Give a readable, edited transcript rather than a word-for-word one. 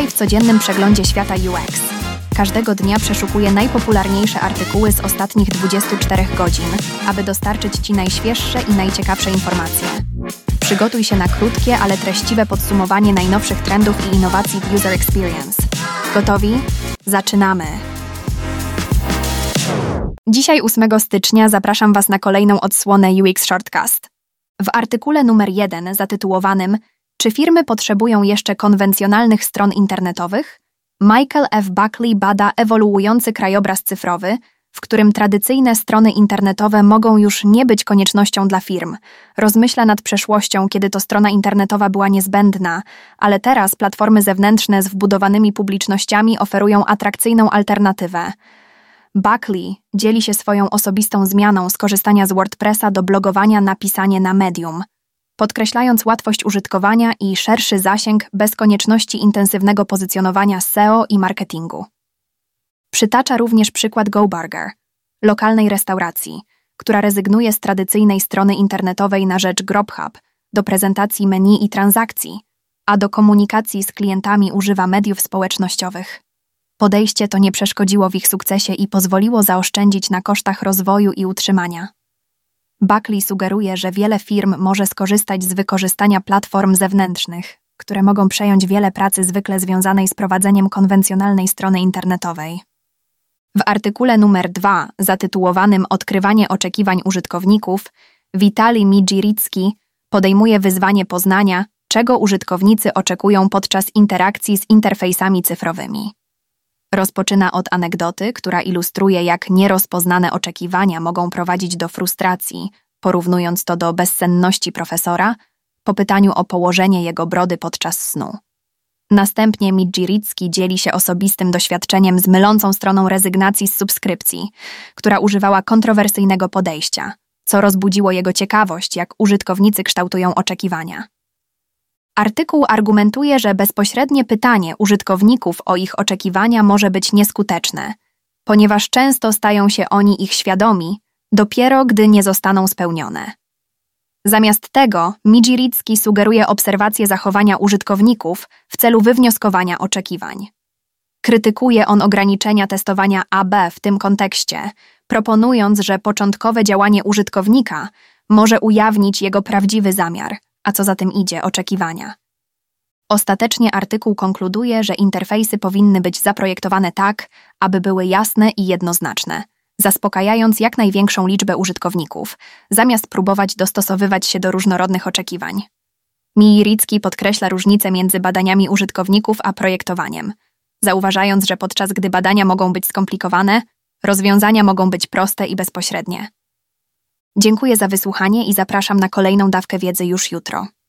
Witaj w codziennym przeglądzie świata UX. Każdego dnia przeszukuję najpopularniejsze artykuły z ostatnich 24 godzin, aby dostarczyć Ci najświeższe i najciekawsze informacje. Przygotuj się na krótkie, ale treściwe podsumowanie najnowszych trendów i innowacji w User Experience. Gotowi? Zaczynamy! Dzisiaj 8 stycznia zapraszam Was na kolejną odsłonę UX Shortcast. W artykule numer 1 zatytułowanym „Czy firmy potrzebują jeszcze konwencjonalnych stron internetowych?” Michael F. Buckley bada ewoluujący krajobraz cyfrowy, w którym tradycyjne strony internetowe mogą już nie być koniecznością dla firm. Rozmyśla nad przeszłością, kiedy to strona internetowa była niezbędna, ale teraz platformy zewnętrzne z wbudowanymi publicznościami oferują atrakcyjną alternatywę. Buckley dzieli się swoją osobistą zmianą z korzystania z WordPressa do blogowania na pisanie na Medium, podkreślając łatwość użytkowania i szerszy zasięg bez konieczności intensywnego pozycjonowania SEO i marketingu. Przytacza również przykład Go Burger, lokalnej restauracji, która rezygnuje z tradycyjnej strony internetowej na rzecz Grubhub do prezentacji menu i transakcji, a do komunikacji z klientami używa mediów społecznościowych. Podejście to nie przeszkodziło w ich sukcesie i pozwoliło zaoszczędzić na kosztach rozwoju i utrzymania. Buckley sugeruje, że wiele firm może skorzystać z wykorzystania platform zewnętrznych, które mogą przejąć wiele pracy zwykle związanej z prowadzeniem konwencjonalnej strony internetowej. W artykule numer 2, zatytułowanym „Odkrywanie oczekiwań użytkowników”, Witali Midżiricki podejmuje wyzwanie poznania, czego użytkownicy oczekują podczas interakcji z interfejsami cyfrowymi. Rozpoczyna od anegdoty, która ilustruje, jak nierozpoznane oczekiwania mogą prowadzić do frustracji, porównując to do bezsenności profesora po pytaniu o położenie jego brody podczas snu. Następnie Midżiricki dzieli się osobistym doświadczeniem z mylącą stroną rezygnacji z subskrypcji, która używała kontrowersyjnego podejścia, co rozbudziło jego ciekawość, jak użytkownicy kształtują oczekiwania. Artykuł argumentuje, że bezpośrednie pytanie użytkowników o ich oczekiwania może być nieskuteczne, ponieważ często stają się oni ich świadomi dopiero gdy nie zostaną spełnione. Zamiast tego Midżiricki sugeruje obserwację zachowania użytkowników w celu wywnioskowania oczekiwań. Krytykuje on ograniczenia testowania AB w tym kontekście, proponując, że początkowe działanie użytkownika może ujawnić jego prawdziwy zamiar, a co za tym idzie, oczekiwania. Ostatecznie artykuł konkluduje, że interfejsy powinny być zaprojektowane tak, aby były jasne i jednoznaczne, zaspokajając jak największą liczbę użytkowników, zamiast próbować dostosowywać się do różnorodnych oczekiwań. Midżiricki podkreśla różnicę między badaniami użytkowników a projektowaniem, zauważając, że podczas gdy badania mogą być skomplikowane, rozwiązania mogą być proste i bezpośrednie. Dziękuję za wysłuchanie i zapraszam na kolejną dawkę wiedzy już jutro.